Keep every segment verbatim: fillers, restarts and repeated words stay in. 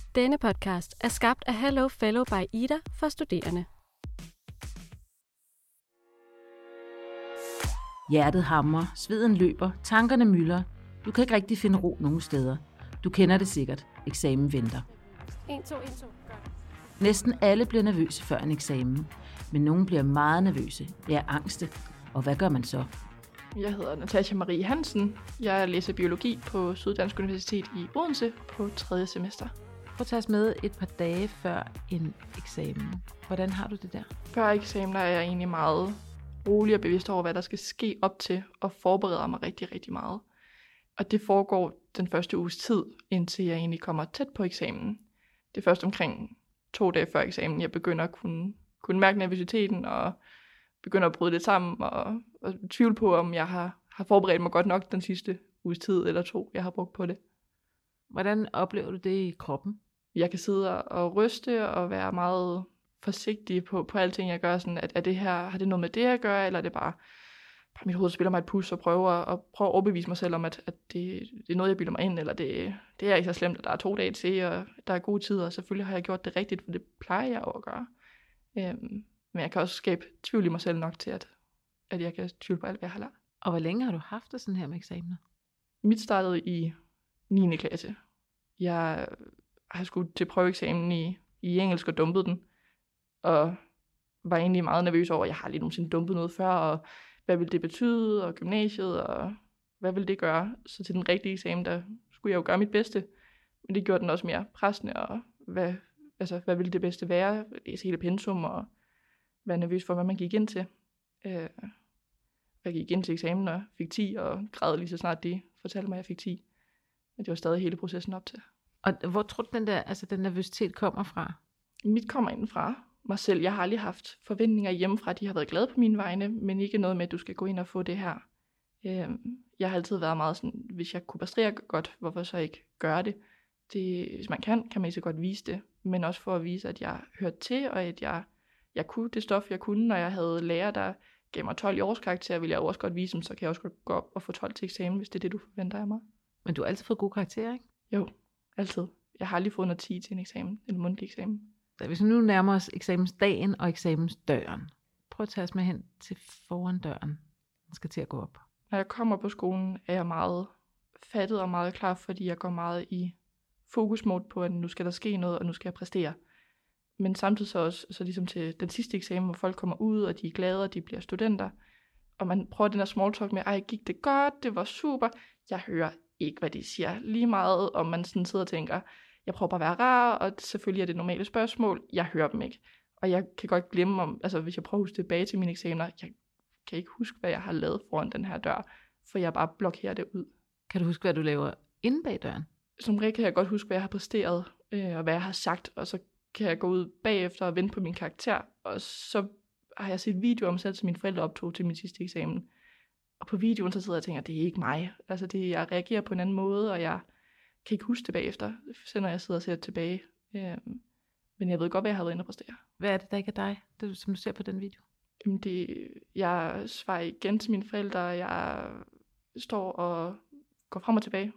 Denne podcast er skabt af Hello Fellow by Ida for studerende. Hjertet hamrer, sveden løber, tankerne myldrer. Du kan ikke rigtig finde ro nogen steder. Du kender det sikkert. Eksamen venter. en, to, en, to. Godt. Næsten alle bliver nervøse før en eksamen. Men nogen bliver meget nervøse. Det er angste. Og hvad gør man så? Jeg hedder Natasha Marie Hansen. Jeg læser biologi på Syddansk Universitet i Odense på tredje semester. Prøv at tage os med et par dage før en eksamen. Hvordan har du det der? Før eksamen er jeg egentlig meget rolig og bevidst over, hvad der skal ske op til, og forbereder mig rigtig, rigtig meget. Og det foregår den første uges tid, indtil jeg egentlig kommer tæt på eksamen. Det er først omkring to dage før eksamen, jeg begynder at kunne, kunne mærke nervøsiteten, og begynder at bryde det sammen, og, og tvivle på, om jeg har, har forberedt mig godt nok den sidste uges tid eller to, jeg har brugt på det. Hvordan oplever du det i kroppen? Jeg kan sidde og ryste og være meget forsigtig på, på alting, jeg gør. Sådan, at, er det her, har det noget med det at gøre, eller er det bare, bare mit hoved spiller mig et pus og prøver at, prøver at overbevise mig selv om, at, at det, det er noget, jeg bilder mig ind, eller det, det er ikke så slemt, at der er to dage til, og der er gode tider, og selvfølgelig har jeg gjort det rigtigt, for det plejer jeg jo at gøre. Øhm, men jeg kan også skabe tvivl i mig selv nok til, at, at jeg kan tvivle på alt, hvad jeg har lært. Og hvor længe har du haft det sådan her med eksamener? Mit startede i niende klasse. Jeg har skudt til prøveeksamen i, i engelsk og dumpede den. Og var egentlig meget nervøs over, at jeg har lige nogensinde dumpet noget før, og hvad ville det betyde, og gymnasiet, og hvad ville det gøre? Så til den rigtige eksamen, der skulle jeg jo gøre mit bedste. Men det gjorde den også mere pressende, og hvad, altså, hvad ville det bedste være? Læse hele pensum, og være nervøs for, hvad man gik ind til. Øh, jeg gik ind til eksamen og fik ti, og græd lige så snart de fortalte mig, at jeg fik ti. Men det var stadig hele processen op til. Og hvor tror du, den der, altså den nervøsitet kommer fra? Mit kommer indenfra mig selv. Jeg har aldrig haft forventninger hjemmefra. De har været glade på mine vegne, men ikke noget med, at du skal gå ind og få det her. Jeg har altid været meget sådan, hvis jeg kunne præstere godt, hvorfor så ikke gøre det? det hvis man kan, kan man så godt vise det. Men også for at vise, at jeg hørte til, og at jeg, jeg kunne det stof, jeg kunne. Når jeg havde lærer, der gav mig tolv i årskarakter, ville jeg også godt vise dem, så kan jeg også godt gå op og få tolv til eksamen, hvis det er det, du forventer af mig. Men du har altid fået gode karakterer, ikke? Jo, altid. Jeg har aldrig fået noget ti til en eksamen, en mundtlig eksamen. Hvis vi nu nærmer os eksamensdagen og eksamensdøren, prøv at tage os med hen til foran døren. Den skal til at gå op. Når jeg kommer på skolen, er jeg meget fattet og meget klar, fordi jeg går meget i fokusmode på, at nu skal der ske noget, og nu skal jeg præstere. Men samtidig så også så ligesom til den sidste eksamen, hvor folk kommer ud, og de er glade, og de bliver studenter. Og man prøver den her small talk med, ej, gik det godt, det var super. Jeg hører ikke, hvad de siger. Lige meget, om man sådan sidder og tænker, jeg prøver bare at være rar, og selvfølgelig er det normale spørgsmål. Jeg hører dem ikke. Og jeg kan godt glemme, om, altså hvis jeg prøver at huske tilbage til mine eksamener, jeg kan ikke huske, hvad jeg har lavet foran den her dør, for jeg bare blokerer det ud. Kan du huske, hvad du laver inde bag døren? Som regel kan jeg godt huske, hvad jeg har præsteret, øh, og hvad jeg har sagt, og så kan jeg gå ud bagefter og vente på min karakter, og så har jeg set videoer om selv, som mine forældre optog til min sidste eksamen. Og på videoen så sidder jeg og tænker, det er ikke mig. Altså det, jeg reagerer på en anden måde, og jeg kan ikke huske det bagefter, så når jeg sidder og ser tilbage. Øhm, men jeg ved godt, hvad jeg har været inde og præstere. Hvad er det, der ikke er dig, det, som du ser på den video? Jamen det, jeg svarer igen til mine forældre. Jeg står og går frem og tilbage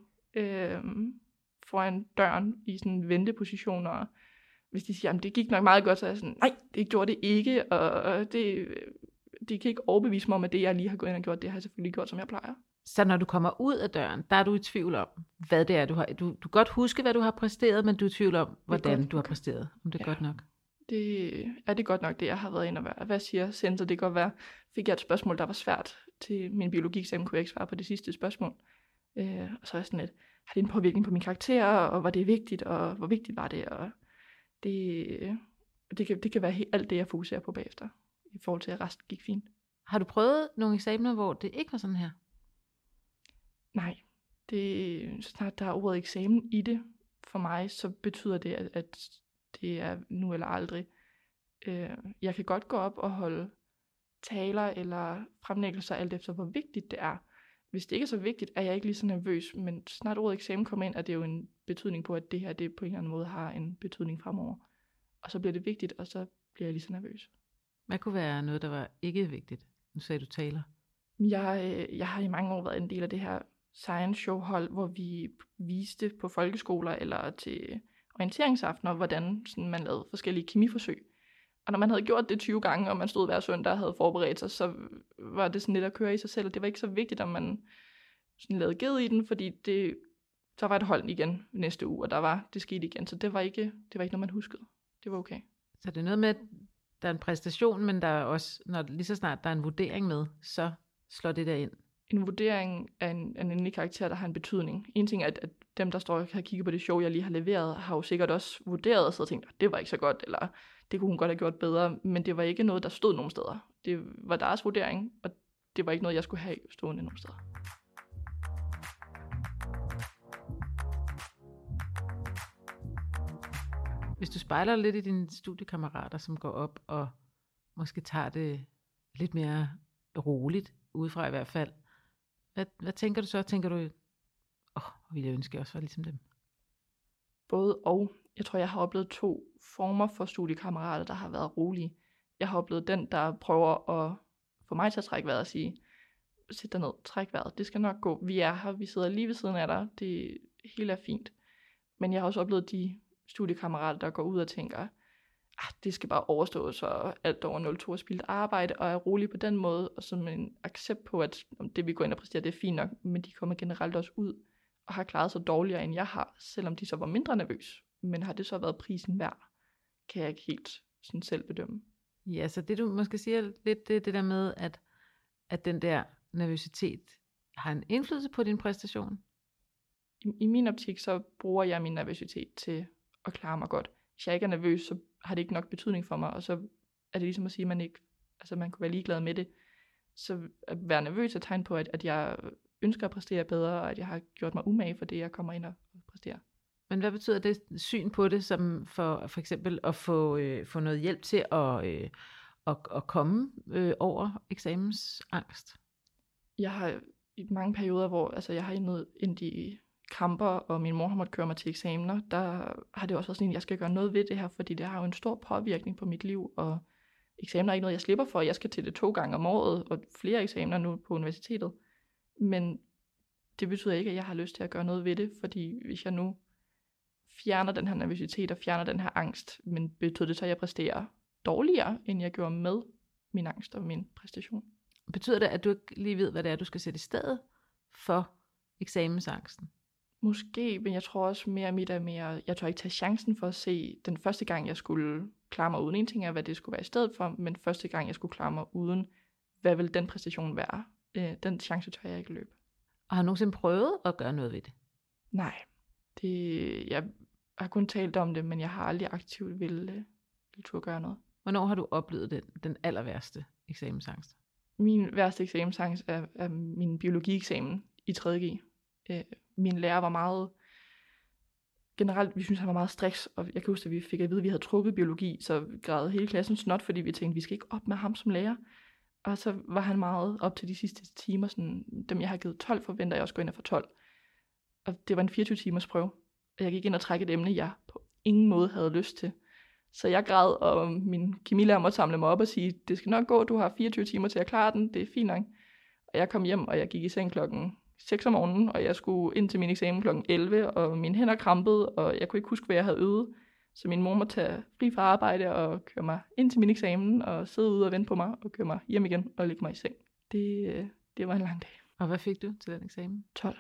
øhm, foran døren i sådan en venteposition, og hvis de siger, at det gik nok meget godt, så er jeg sådan, nej, det gjorde det ikke, og det, de kan ikke overbevise mig om, at det, jeg lige har gået ind og gjort, det har jeg selvfølgelig gjort, som jeg plejer. Så når du kommer ud af døren, der er du i tvivl om, hvad det er, du har. Du, du kan godt huske, hvad du har præsteret, men du er i tvivl om, hvordan du har præsteret. Om det er ja. godt nok. Det er det godt nok, det jeg har været inde og være. Hvad siger sensor? Det kan godt være, fik jeg et spørgsmål, der var svært til min biologieksamen, kunne jeg ikke svare på det sidste spørgsmål. Øh, og så er jeg sådan lidt, har det en påvirkning på mine karakterer, og var det vigtigt, og hvor vigtigt var det? Og det, det, kan, det kan være helt, alt det, jeg fokuserer på bagefter, i forhold til, at resten gik fint. Har du prøvet nogle eksamener, hvor det ikke var sådan her? Nej, det, så snart der er ordet eksamen i det, for mig, så betyder det, at, at det er nu eller aldrig. Øh, jeg kan godt gå op og holde taler eller fremlæggelser, alt efter hvor vigtigt det er. Hvis det ikke er så vigtigt, er jeg ikke lige så nervøs, men snart ordet eksamen kommer ind, er det jo en betydning på, at det her det på en eller anden måde har en betydning fremover. Og så bliver det vigtigt, og så bliver jeg lige så nervøs. Hvad kunne være noget, der var ikke vigtigt? Nu sagde du taler. Jeg, jeg har i mange år været en del af det her science show hold, hvor vi viste på folkeskoler eller til orienteringsaftener, hvordan sådan, man lavede forskellige kemiforsøg. Og når man havde gjort det tyve gange, og man stod hver søndag og havde forberedt sig, så var det sådan lidt at køre i sig selv, og det var ikke så vigtigt, om man sådan lavede ged i den, fordi det, så var et hold igen næste uge, og der var, det skete igen, så det var ikke, det var ikke noget, man huskede. Det var okay. Så det er noget med, at der er en præstation, men der er også, når lige så snart der er en vurdering med, så slår det der ind. En vurdering af en, en endelig karakter, der har en betydning. En ting er, at, at dem, der står og har kigget på det show, jeg lige har leveret, har jo sikkert også vurderet og så tænkt, at det var ikke så godt, eller det kunne hun godt have gjort bedre, men det var ikke noget, der stod nogen steder. Det var deres vurdering, og det var ikke noget, jeg skulle have stående nogen steder. Hvis du spejler lidt i dine studiekammerater, som går op og måske tager det lidt mere roligt, udefra i hvert fald, hvad, hvad tænker du så? Tænker du, åh, oh, ville jeg ønske, jeg også var ligesom dem? Både og. Jeg tror, jeg har oplevet to former for studiekammerater, der har været rolige. Jeg har oplevet den, der prøver at få mig til at trække vejret og sige, sæt dig ned, træk vejret, det skal nok gå. Vi er her, vi sidder lige ved siden af dig, det hele er fint. Men jeg har også oplevet de studiekammerater, der går ud og tænker, ah, det skal bare overstås, og alt over nul komma to er spildt arbejde, og er rolig på den måde, og som en accept på, at det vi går ind og præsterer, det er fint nok, men de kommer generelt også ud, og har klaret sig dårligere, end jeg har, selvom de så var mindre nervøs. Men har det så været prisen værd, kan jeg ikke helt sådan selv bedømme. Ja, så det du måske siger lidt, det, det der med, at, at den der nervøsitet har en indflydelse på din præstation? I, I min optik, så bruger jeg min nervøsitet til at klare mig godt. Hvis jeg ikke er nervøs, så har det ikke nok betydning for mig, og så er det ligesom at sige, at man ikke, altså man kunne være ligeglad med det. Så at være nervøs er tegn på, at, at jeg ønsker at præstere bedre, og at jeg har gjort mig umage for det, jeg kommer ind og præsterer. Men hvad betyder det syn på det, som for, for eksempel at få, øh, få noget hjælp til at, øh, at, at komme øh, over eksamensangst? Jeg har i mange perioder, hvor altså, jeg har endt ind i kamper, og min mor har måttet køre mig til eksamener, der har det også været sådan, at jeg skal gøre noget ved det her, fordi det har jo en stor påvirkning på mit liv, og eksamener er ikke noget, jeg slipper for. Jeg skal til det to gange om året, og flere eksamener nu på universitetet. Men det betyder ikke, at jeg har lyst til at gøre noget ved det, fordi hvis jeg nu fjerner den her nervøsitet og fjerner den her angst, men betyder det så, at jeg præsterer dårligere, end jeg gjorde med min angst og min præstation? Betyder det, at du ikke lige ved, hvad det er, du skal sætte i stedet for eksamensangsten? Måske, men jeg tror også mere, at mit er mere, jeg tør ikke tage chancen for at se den første gang, jeg skulle klare mig uden. En ting er, hvad det skulle være i stedet for, men første gang, jeg skulle klare mig uden, hvad vil den præstation være? Den chance tør jeg ikke løbe. Og har du nogensinde prøvet at gøre noget ved det? Nej. Det, jeg har kun talt om det, men jeg har aldrig aktivt ville, ville turde gøre noget. Hvornår har du oplevet den, den aller værste eksamensangst? Min værste eksamensangst er, er min biologieksamen i tredje G. Øh, min lærer var meget, generelt, vi synes han var meget striks, og jeg kan huske, at vi fik at vide, at vi havde trukket biologi, så græd hele klassen snot, fordi vi tænkte, vi skal ikke op med ham som lærer. Og så var han meget op til de sidste timer, sådan, dem jeg har givet tolv, forventer jeg også gå ind og få tolv. Og det var en fireogtyve timers prøve, og jeg gik ind og trække et emne, jeg på ingen måde havde lyst til. Så jeg græd, og min kemilærer måtte samle mig op og sige, det skal nok gå, du har fireogtyve timer til at klare den, det er fint nok. Og jeg kom hjem, og jeg gik i seng klokken seks om morgenen, og jeg skulle ind til min eksamen klokken elleve, og mine hænder krampede, og jeg kunne ikke huske, hvad jeg havde øvet. Så min mor måtte tage fri fra arbejde og køre mig ind til min eksamen, og sidde ude og vente på mig, og køre mig hjem igen og lægge mig i seng. Det, det var en lang dag. Og hvad fik du til den eksamen? tolv.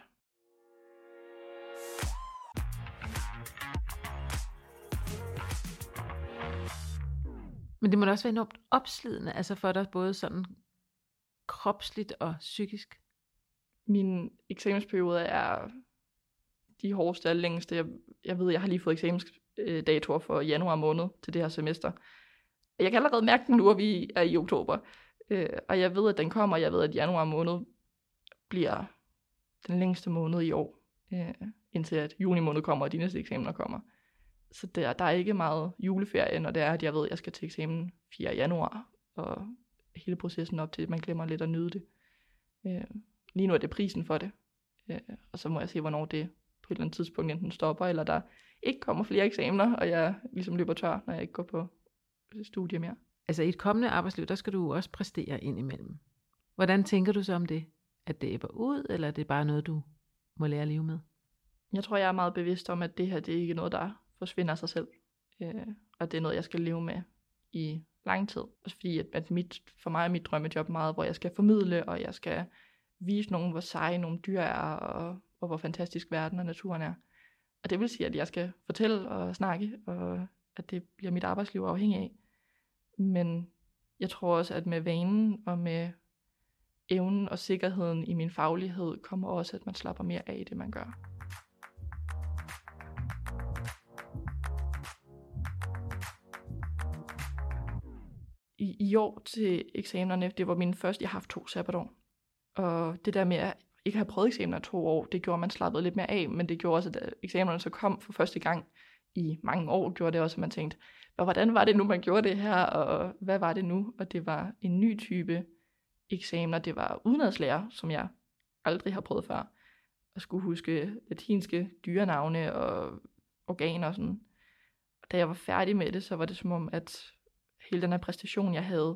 Men det må da også være enormt opslidende, altså for dig både sådan kropsligt og psykisk. Min eksamensperiode er de hårdeste og længste. Jeg, jeg ved, jeg har lige fået eksamensdatoer for januar måned til det her semester. Jeg kan allerede mærke den nu, at vi er i oktober. Og jeg ved, at den kommer, og jeg ved, at januar måned bliver den længste måned i år, indtil at juni måned kommer, og de næste eksamener kommer. Så der, der er ikke meget juleferie, når det er, at jeg ved, at jeg skal til eksamen fjerde januar, og hele processen op til, at man glemmer lidt at nyde det. Øh, lige nu er det prisen for det, øh, og så må jeg se, hvornår det på et eller andet tidspunkt enten stopper, eller der ikke kommer flere eksamener, og jeg ligesom løber tør, når jeg ikke går på studie mere. Altså i et kommende arbejdsliv, der skal du også præstere ind imellem. Hvordan tænker du så om det? At det æbber ud, eller er det bare noget, du må lære at leve med? Jeg tror, jeg er meget bevidst om, at det her, det er ikke noget, der forsvinder af sig selv. Øh, og det er noget, jeg skal leve med i lang tid. Også fordi, at, at mit, for mig er mit drømmejob meget, hvor jeg skal formidle, og jeg skal vise nogen, hvor seje nogle dyr er, og, og hvor fantastisk verden og naturen er. Og det vil sige, at jeg skal fortælle og snakke, og at det bliver mit arbejdsliv afhængig af. Men jeg tror også, at med vanen og med evnen og sikkerheden i min faglighed, kommer også, at man slapper mere af i det, man gør. I, i år til eksamenerne, det var min første, jeg har haft to sabbatår. Og det der med at ikke have prøvet eksamener to år, det gjorde, at man slappede lidt mere af, men det gjorde også, at eksamenerne så kom for første gang i mange år, gjorde det også, at man tænkte, hvordan var det nu, man gjorde det her, og hvad var det nu? Og det var en ny type eksamener, det var udenadslære, som jeg aldrig har prøvet før. At skulle huske latinske dyrenavne og organer og sådan. Og da jeg var færdig med det, så var det som om, at hele den her præstation, jeg havde,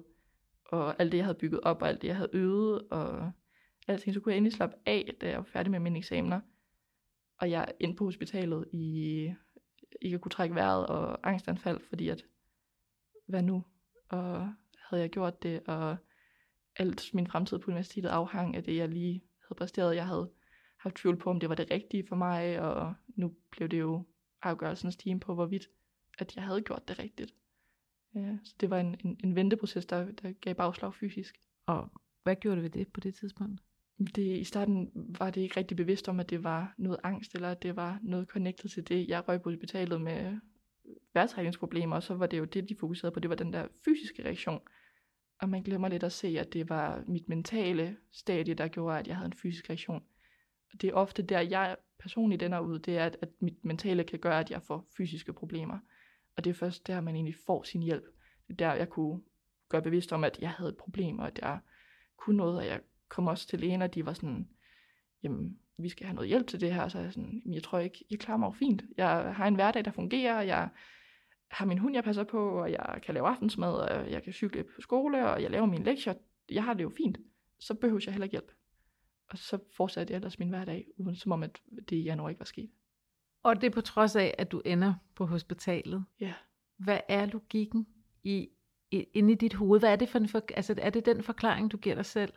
og alt det, jeg havde bygget op, og alt det, jeg havde øvet, og alting, så kunne jeg endelig slappe af, da jeg var færdig med mine eksamener. Og jeg endte på hospitalet i ikke at kunne trække vejret og angstanfald, fordi at, hvad nu? Og havde jeg gjort det, og alt min fremtid på universitetet afhang af det, jeg lige havde præsteret. Jeg havde haft tvivl på, om det var det rigtige for mig, og nu blev det jo afgørelsens time på, hvorvidt at jeg havde gjort det rigtigt. Ja, så det var en, en, en venteproces, der, der gav bagslag fysisk. Og hvad gjorde du ved det på det tidspunkt? Det, I starten var det ikke rigtig bevidst om, at det var noget angst, eller at det var noget connected til det. Jeg røg på hospitalet med vejrtrækningsproblemer, og så var det jo det, de fokuserede på. Det var den der fysiske reaktion. Og man glemmer lidt at se, at det var mit mentale stadie, der gjorde, at jeg havde en fysisk reaktion. Og det er ofte der, jeg personligt ender ud, det er, at, at mit mentale kan gøre, at jeg får fysiske problemer. Og det er først der, man egentlig får sin hjælp. Det er der, jeg kunne gøre bevidst om, at jeg havde et problem, og at jeg kunne noget, og jeg kom også til lægen, og de var sådan, jamen, vi skal have noget hjælp til det her. Så jeg sådan, jeg tror ikke, jeg klarer mig jo fint. Jeg har en hverdag, der fungerer, jeg har min hund, jeg passer på, og jeg kan lave aftensmad, og jeg kan cykle på skole, og jeg laver mine lektier. Jeg har det jo fint. Så behøver jeg heller ikke hjælp. Og så fortsatte jeg ellers min hverdag, uden som om, at det i januar ikke var sket. Og det er på trods af, at du ender på hospitalet. Ja. Hvad er logikken i, i, inde i dit hoved? Hvad er det for en for, altså, er det den forklaring, du giver dig selv?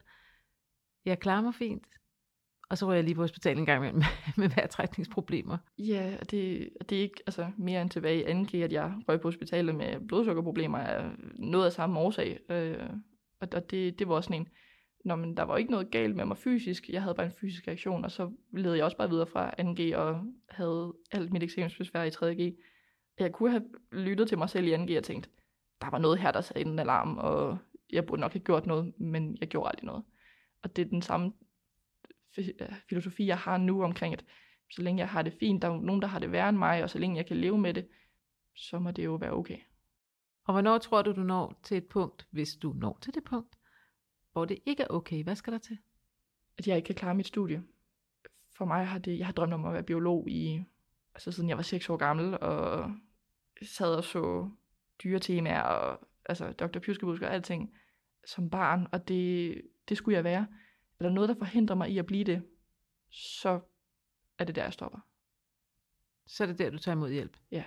Jeg klarer mig fint, og så var jeg lige på hospitalet en gang med, med vejrtrækningsproblemer. Ja, og det, det er ikke altså, mere end tilbage i anden G, at jeg røg på hospitalet med blodsukkerproblemer af noget af samme årsag. Øh, og og det, det var også sådan en, nå, men der var ikke noget galt med mig fysisk, jeg havde bare en fysisk reaktion, og så led jeg også bare videre fra anden G og havde alt mit eksamensbesvær i tredje G. Jeg kunne have lyttet til mig selv i anden G og tænkt, der var noget her, der satte en alarm, og jeg burde nok have gjort noget, men jeg gjorde aldrig noget. Og det er den samme filosofi, jeg har nu omkring, at så længe jeg har det fint, der er nogen, der har det værre end mig, og så længe jeg kan leve med det, så må det jo være okay. Og hvornår tror du, du når til et punkt, hvis du når til det punkt, hvor det ikke er okay? Hvad skal der til? At jeg ikke kan klare mit studie. For mig har det, jeg har drømt om at være biolog i, altså siden jeg var seks år gammel, og sad og så dyretemaer, og altså doktor Pjuskebusk og alting som barn, og det, det skulle jeg være. Er der noget, der forhindrer mig i at blive det, så er det der, jeg stopper. Så er det der, du tager imod hjælp? Ja.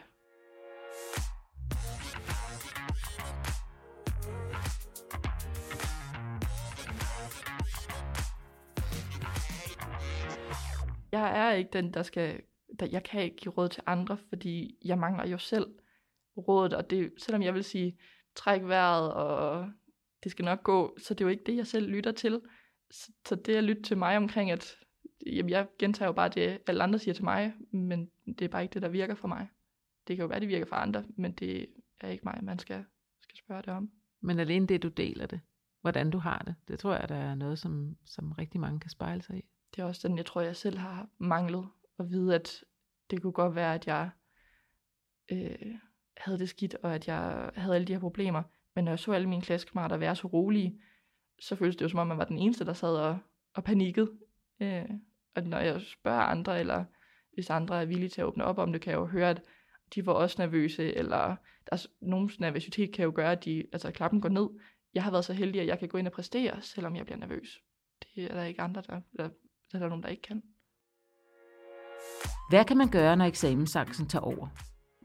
Jeg er ikke den, der skal, der, jeg kan ikke give råd til andre, fordi jeg mangler jo selv rådet, og det, selvom jeg vil sige, træk vejret, og det skal nok gå, så det er jo ikke det, jeg selv lytter til. Så, så det at lytte til mig omkring, at jamen, jeg gentager jo bare det, alle andre siger til mig, men det er bare ikke det, der virker for mig. Det kan jo være, det virker for andre, men det er ikke mig, man skal, skal spørge det om. Men alene det, du deler det, hvordan du har det, det tror jeg, der er noget, som, som rigtig mange kan spejle sig i. Det er også den, jeg tror, jeg selv har manglet at vide, at det kunne godt være, at jeg øh, havde det skidt, og at jeg havde alle de her problemer. Men når jeg så alle mine klassekammerater være så rolige, så føltes det jo som om, man var den eneste, der sad og, og panikkede. Øh, og når jeg spørger andre, eller hvis andre er villige til at åbne op om det, kan jeg jo høre, at de var også nervøse, eller deres, nogens nervøsitet kan jo gøre, at de, altså, klappen går ned. Jeg har været så heldig, at jeg kan gå ind og præstere, selvom jeg bliver nervøs. Det er der ikke andre, der, der, der er der nogen, der ikke kan. Hvad kan man gøre, når eksamensangsten tager over?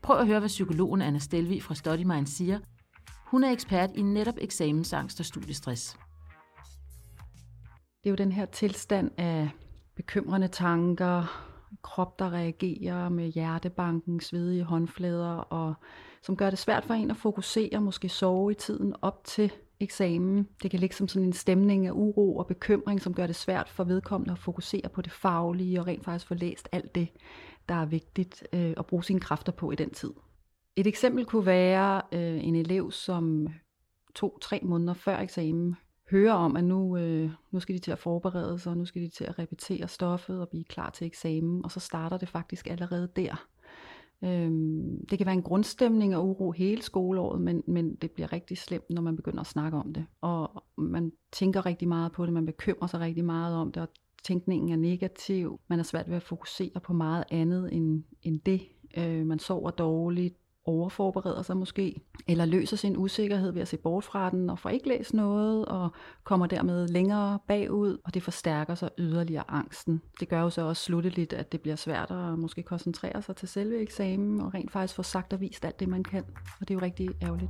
Prøv at høre, hvad psykologen Anna Stelvig fra StudyMind siger. Hun er ekspert i netop eksamensangst og studiestress. Det er jo den her tilstand af bekymrende tanker, krop, der reagerer med hjertebanken, svedige håndflader, og som gør det svært for en at fokusere, måske sove i tiden op til eksamen. Det kan ligge som sådan en stemning af uro og bekymring, som gør det svært for vedkommende at fokusere på det faglige og rent faktisk få læst alt det, der er vigtigt øh, at bruge sine kræfter på i den tid. Et eksempel kunne være øh, en elev, som to-tre måneder før eksamen hører om, at nu, øh, nu skal de til at forberede sig, og nu skal de til at repetere stoffet og blive klar til eksamen, og så starter det faktisk allerede der. Øhm, det kan være en grundstemning og uro hele skoleåret, men, men det bliver rigtig slemt, når man begynder at snakke om det. Og man tænker rigtig meget på det, man bekymrer sig rigtig meget om det, og tænkningen er negativ. Man er svært ved at fokusere på meget andet end, end det. Øh, man sover dårligt, overforbereder sig måske, eller løser sin usikkerhed ved at se bort fra den, og får ikke læst noget, og kommer dermed længere bagud, og det forstærker så yderligere angsten. Det gør jo så også slutteligt, at det bliver svært at måske koncentrere sig til selve eksamen, og rent faktisk få sagt og vist alt det, man kan, og det er jo rigtig ærgerligt.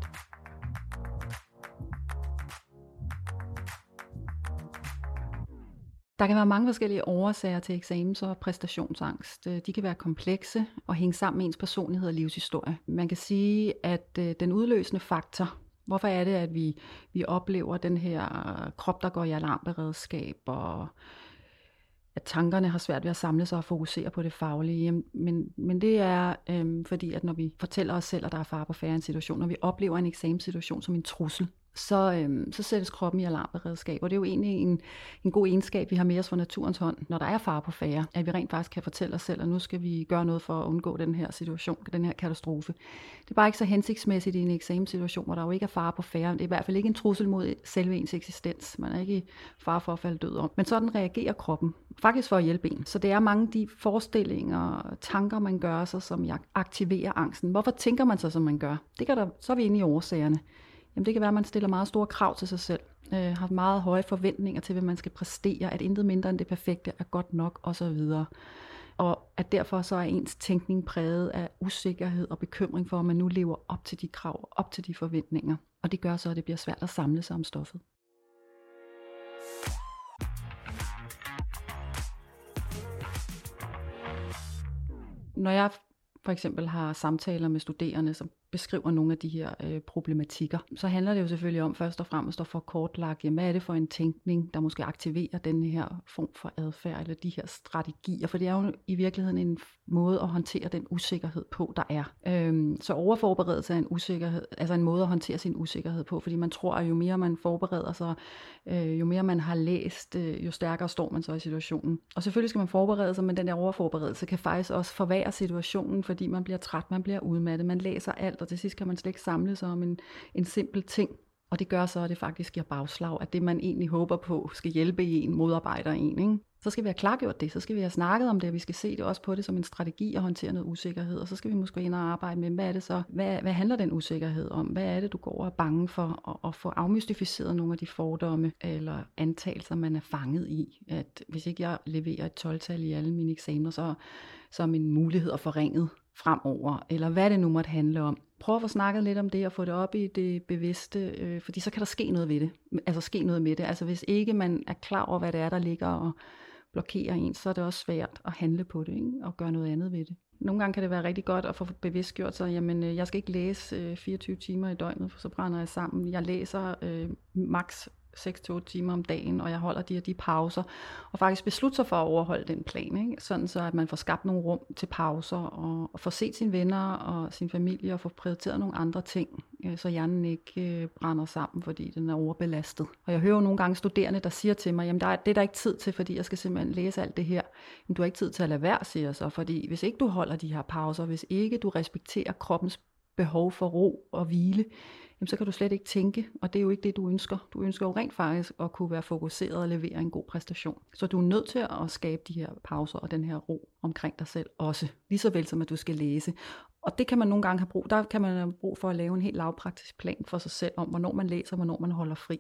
Der kan være mange forskellige årsager til eksamens- og præstationsangst. De kan være komplekse og hænge sammen med ens personlighed og livshistorie. Man kan sige, at den udløsende faktor, hvorfor er det, at vi, vi oplever den her krop, der går i alarmberedskab, og at tankerne har svært ved at samle sig og fokusere på det faglige. Men, men det er øhm, fordi, at når vi fortæller os selv, at der er fare på færre i en situation, når vi oplever en eksamenssituation som en trussel, så, øhm, så sættes kroppen i alarmberedskab. Og det er jo egentlig en, en god egenskab, vi har med os fra naturens hånd, når der er fare på færre, at vi rent faktisk kan fortælle os selv, at nu skal vi gøre noget for at undgå den her situation, den her katastrofe. Det er bare ikke så hensigtsmæssigt i en eksamenssituation, hvor der jo ikke er fare på færre. Det er i hvert fald ikke en trussel mod selve ens eksistens. Man er ikke i fare for at falde død om. Men sådan reagerer kroppen, faktisk for at hjælpe en. Så det er mange af de forestillinger og tanker, man gør sig, som aktiverer angsten. Hvorfor tænker man sig, som man gør? Det kan der, så er vi inde i årsagerne. Jamen det kan være, at man stiller meget store krav til sig selv, øh, har meget høje forventninger til, hvad man skal præstere, at intet mindre end det perfekte er godt nok osv. Og at derfor så er ens tænkning præget af usikkerhed og bekymring for, at man nu lever op til de krav, op til de forventninger. Og det gør så, at det bliver svært at samle sig om stoffet. Når jeg for eksempel har samtaler med studerende, som beskriver nogle af de her øh, problematikker, så handler det jo selvfølgelig om først og fremmest at få kortlagt, jamen, hvad er det for en tænkning, der måske aktiverer den her form for adfærd, eller de her strategier, for det er jo i virkeligheden en måde at håndtere den usikkerhed på, der er. Øhm, så overforberedelse er en usikkerhed, altså en måde at håndtere sin usikkerhed på, fordi man tror, at jo mere man forbereder sig, øh, jo mere man har læst, øh, jo stærkere står man så i situationen. Og selvfølgelig skal man forberede sig, men den der overforberedelse kan faktisk også forværre situationen, fordi man bliver træt, man bliver udmattet, man læser alt, og til sidst kan man slet ikke samle sig om en, en simpel ting. Og det gør så, at det faktisk giver bagslag, at det man egentlig håber på skal hjælpe en, modarbejder en. Ikke? Så skal vi have klargjort det, så skal vi have snakket om det, og vi skal se det også på det som en strategi at håndtere noget usikkerhed. Og så skal vi måske ind og arbejde med, hvad er det så? Hvad, hvad handler den usikkerhed om? Hvad er det, du går og er bange for? At, at få afmystificeret nogle af de fordomme eller antagelser, man er fanget i. At hvis ikke jeg leverer et tolv-tal i alle mine eksamener, så, så er mine muligheder forringet fremover, eller hvad det nu måtte handle om. Prøv at få snakket lidt om det, og få det op i det bevidste, øh, fordi så kan der ske noget ved det. Altså ske noget med det. Altså hvis ikke man er klar over, hvad det er, der ligger og blokerer en, så er det også svært at handle på det, ikke? Og gøre noget andet ved det. Nogle gange kan det være rigtig godt at få bevidstgjort sig, jamen jeg skal ikke læse øh, fireogtyve timer i døgnet, for så brænder jeg sammen. Jeg læser øh, maks seks til otte timer om dagen, og jeg holder de her de pauser, og faktisk beslutte sig for at overholde den plan, ikke? Sådan så at man får skabt nogle rum til pauser, og, og får set sine venner og sin familie, og får prioriteret nogle andre ting, øh, så hjernen ikke øh, brænder sammen, fordi den er overbelastet. Og jeg hører jo nogle gange studerende, der siger til mig, jamen der er, det er der ikke tid til, fordi jeg skal simpelthen læse alt det her. Men du har ikke tid til at lade være, siger jeg så, fordi hvis ikke du holder de her pauser, hvis ikke du respekterer kroppens behov for ro og hvile, jamen så kan du slet ikke tænke, og det er jo ikke det, du ønsker. Du ønsker jo rent faktisk at kunne være fokuseret og levere en god præstation. Så du er nødt til at skabe de her pauser og den her ro omkring dig selv også, lige så vel som at du skal læse. Og det kan man nogle gange have brug, der kan man have brug for at lave en helt lavpraktisk plan for sig selv om, hvornår man læser, og hvornår man holder fri.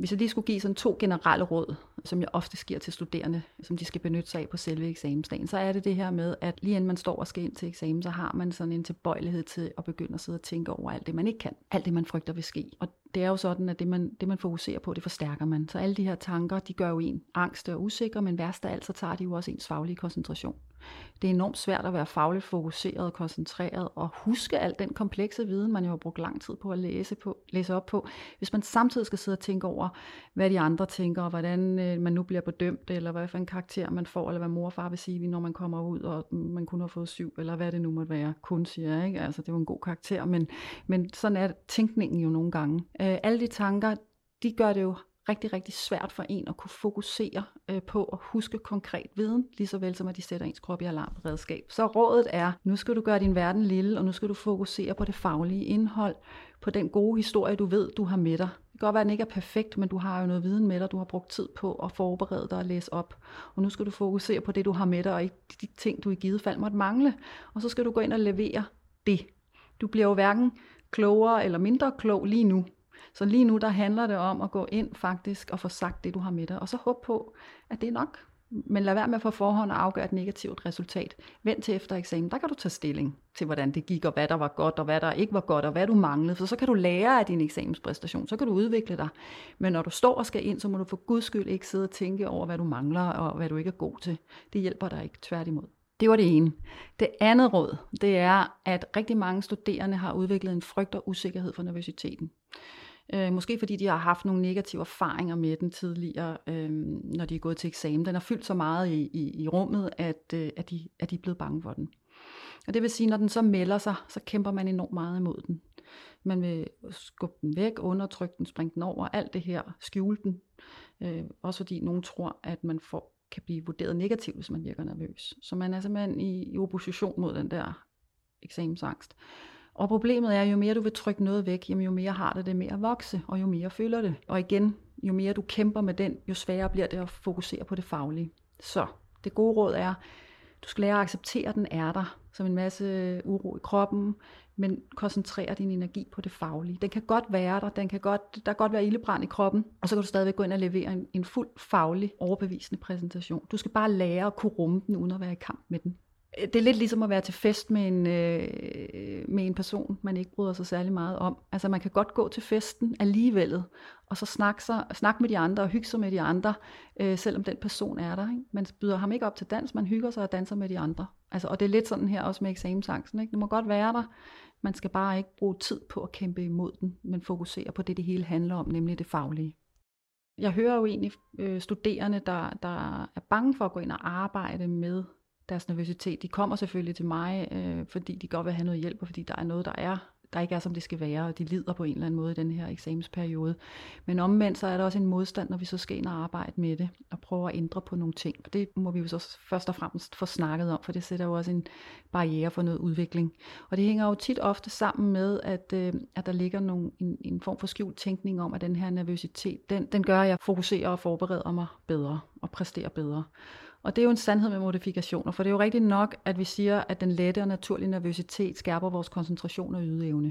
Hvis jeg lige skulle give sådan to generelle råd, som jeg ofte giver til studerende, som de skal benytte sig af på selve eksamensdagen, så er det det her med, at lige inden man står og skal ind til eksamen, så har man sådan en tilbøjelighed til at begynde at sidde og tænke over alt det, man ikke kan. Alt det, man frygter vil ske. Og det er jo sådan, at det man, det, man fokuserer på, det forstærker man. Så alle de her tanker, de gør jo en angst og usikker, men værst af alt, så tager de jo også ens faglige koncentration. Det er enormt svært at være fagligt fokuseret og koncentreret og huske al den komplekse viden, man jo har brugt lang tid på at læse, på, læse op på. Hvis man samtidig skal sidde og tænke over, hvad de andre tænker, og hvordan øh, man nu bliver bedømt, eller hvad for en karakter man får, eller hvad mor og far vil sige, når man kommer ud, og man kun har fået syv, eller hvad det nu måtte være, kun siger, ikke? Altså, det er jo en god karakter, men, men sådan er tænkningen jo nogle gange. Øh, alle de tanker, de gør det jo rigtig, rigtig svært for en at kunne fokusere øh, på at huske konkret viden, lige så vel som at de sætter ens krop i alarmberedskab. Så rådet er, nu skal du gøre din verden lille, og nu skal du fokusere på det faglige indhold, på den gode historie, du ved, du har med dig. Det kan godt være, at den ikke er perfekt, men du har jo noget viden med dig, du har brugt tid på at forberede dig og læse op. Og nu skal du fokusere på det, du har med dig, og ikke de ting, du i givet fald måtte mangle. Og så skal du gå ind og levere det. Du bliver jo hverken klogere eller mindre klog lige nu. Så lige nu, der handler det om at gå ind faktisk og få sagt det, du har med dig. Og så håb på, at det er nok. Men lad være med for forhånd at afgøre et negativt resultat. Vent til efter eksamen, der kan du tage stilling til, hvordan det gik, og hvad der var godt, og hvad der ikke var godt, og hvad du manglede. For så kan du lære af din eksamenspræstation, så kan du udvikle dig. Men når du står og skal ind, så må du for guds skyld ikke sidde og tænke over, hvad du mangler, og hvad du ikke er god til. Det hjælper dig ikke, tværtimod. Det var det ene. Det andet råd, det er, at rigtig mange studerende har udviklet en frygt og usikkerhed for nervøsiteten. Øh, måske fordi de har haft nogle negative erfaringer med den tidligere, øh, når de er gået til eksamen. Den har fyldt så meget i, i, i rummet, at, øh, at, de, at de er blevet bange for den. Og det vil sige, når den så melder sig, så kæmper man enormt meget imod den. Man vil skubbe den væk, undertrykke den, springe den over, alt det her, skjule den. Øh, også fordi nogen tror, at man får, kan blive vurderet negativt, hvis man virker nervøs. Så man er simpelthen i, i opposition mod den der eksamensangst. Og problemet er, jo mere du vil trykke noget væk, jamen jo mere har det det med at vokse, og jo mere føler det. Og igen, jo mere du kæmper med den, jo sværere bliver det at fokusere på det faglige. Så det gode råd er, du skal lære at acceptere, at den er der, som en masse uro i kroppen, men koncentrere din energi på det faglige. Den kan godt være der, den kan godt, der kan godt være ildebrand i kroppen, og så kan du stadigvæk gå ind og levere en, en fuld faglig, overbevisende præsentation. Du skal bare lære at kunne rumme den, uden at være i kamp med den. Det er lidt ligesom at være til fest med en, øh, med en person, man ikke bryder sig særlig meget om. Altså man kan godt gå til festen alligevel, og så snakke, sig, snakke med de andre og hygge sig med de andre, øh, selvom den person er der. Ikke? Man byder ham ikke op til dans, man hygger sig og danser med de andre. Altså, og det er lidt sådan her også med eksamensangsten. Ikke? Det må godt være der. Man skal bare ikke bruge tid på at kæmpe imod den, men fokusere på det, det hele handler om, nemlig det faglige. Jeg hører jo egentlig øh, studerende, der, der er bange for at gå ind og arbejde med deres nervøsitet. De kommer selvfølgelig til mig, øh, fordi de godt vil have noget hjælp, og fordi der er noget, der er, der ikke er, som det skal være, og de lider på en eller anden måde i den her eksamensperiode. Men omvendt, så er der også en modstand, når vi så skal ind og arbejde med det, og prøve at ændre på nogle ting. Og det må vi jo så først og fremmest få snakket om, for det sætter jo også en barriere for noget udvikling. Og det hænger jo tit ofte sammen med, at, øh, at der ligger nogle, en, en form for skjult tænkning om, at den her nervøsitet, den, den gør, at jeg fokuserer og forbereder mig bedre, og præsterer bedre. Og det er jo en sandhed med modifikationer, for det er jo rigtigt nok, at vi siger, at den lette og naturlige nervøsitet skærper vores koncentration og ydeevne.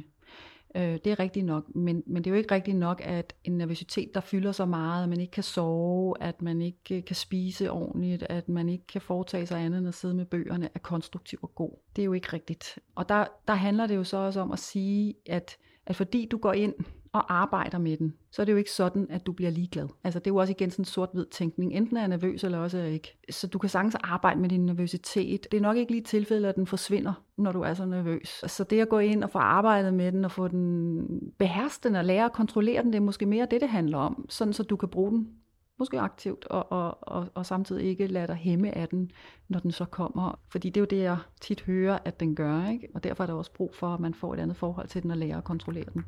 Det er rigtigt nok, men, men det er jo ikke rigtigt nok, at en nervøsitet, der fylder så meget, at man ikke kan sove, at man ikke kan spise ordentligt, at man ikke kan foretage sig andet end at sidde med bøgerne, er konstruktiv og god. Det er jo ikke rigtigt. Og der, der handler det jo så også om at sige, at, at fordi du går ind og arbejder med den, så er det jo ikke sådan, at du bliver ligeglad. Altså det er jo også igen sådan en sort-hvid tænkning. Enten er jeg nervøs, eller også er jeg ikke. Så du kan sagtens arbejde med din nervøsitet. Det er nok ikke lige tilfældet, at den forsvinder, når du er så nervøs. Så det at gå ind og få arbejdet med den, og få den beherske den, og lære at kontrollere den, det er måske mere det, det handler om. Sådan så du kan bruge den, måske aktivt, og, og, og, og samtidig ikke lade dig hæmme af den, når den så kommer. Fordi det er jo det, jeg tit hører, at den gør, ikke? Og derfor er der også brug for, at man får et andet forhold til den, og lærer at kontrollere den.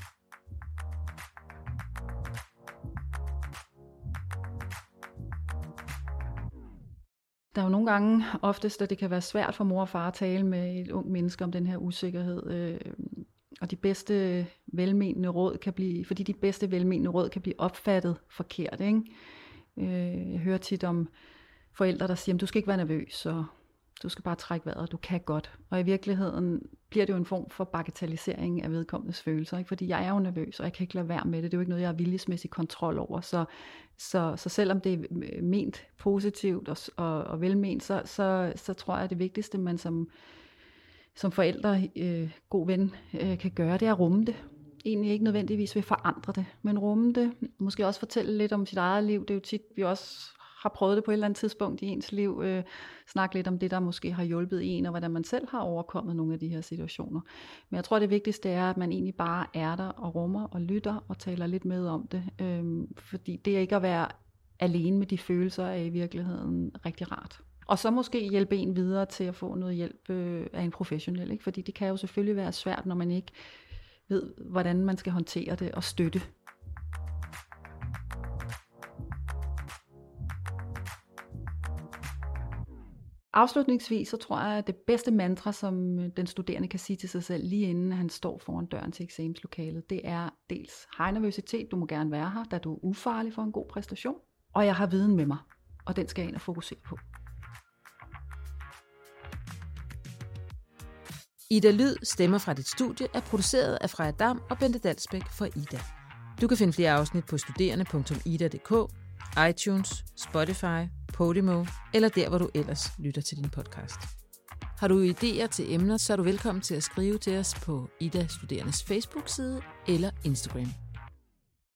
Der er jo nogle gange oftest, at det kan være svært for mor og far at tale med et ung menneske om den her usikkerhed. Øh, og de bedste velmenende råd kan blive, fordi de bedste velmenende råd kan blive opfattet forkert. Ikke? Øh, jeg hører tit om forældre, der siger, at du skal ikke være nervøs, og Du skal bare trække vejret, du kan godt. Og i virkeligheden bliver det jo en form for bagatellisering af vedkommendes følelser, ikke? Fordi jeg er jo nervøs, og jeg kan ikke lade være med det. Det er jo ikke noget, jeg har viljesmæssig kontrol over. Så, så, så selvom det er ment positivt og, og, og velment, så, så, så tror jeg, at det vigtigste, man som, som forældre, øh, god ven, øh, kan gøre, det er at rumme det. Egentlig ikke nødvendigvis vil forandre det, men rumme det. Måske også fortælle lidt om sit eget liv. Det er jo tit, vi også har prøvet det på et eller andet tidspunkt i ens liv. Øh, snakke lidt om det, der måske har hjulpet en, og hvordan man selv har overkommet nogle af de her situationer. Men jeg tror, det vigtigste er, at man egentlig bare er der og rummer og lytter og taler lidt med om det. Øh, fordi det ikke at være alene med de følelser er i virkeligheden rigtig rart. Og så måske hjælpe en videre til at få noget hjælp øh, af en professionel. Ikke? Fordi det kan jo selvfølgelig være svært, når man ikke ved, hvordan man skal håndtere det og støtte. Afslutningsvis så tror jeg, at det bedste mantra, som den studerende kan sige til sig selv, lige inden han står foran døren til eksamenslokalet, det er dels, hej nervøsitet, du må gerne være her, da du er ufarlig for en god præstation, og jeg har viden med mig, og den skal jeg ind og fokusere på. Ida Lyd, Stemmer fra dit studie, er produceret af Freja Dam og Bente Dalsbæk for Ida. Du kan finde flere afsnit på studerende punktum ida punktum d k, iTunes, Spotify, Podimo eller der, hvor du ellers lytter til din podcast. Har du idéer til emner, så er du velkommen til at skrive til os på Ida Studerendes Facebook-side eller Instagram.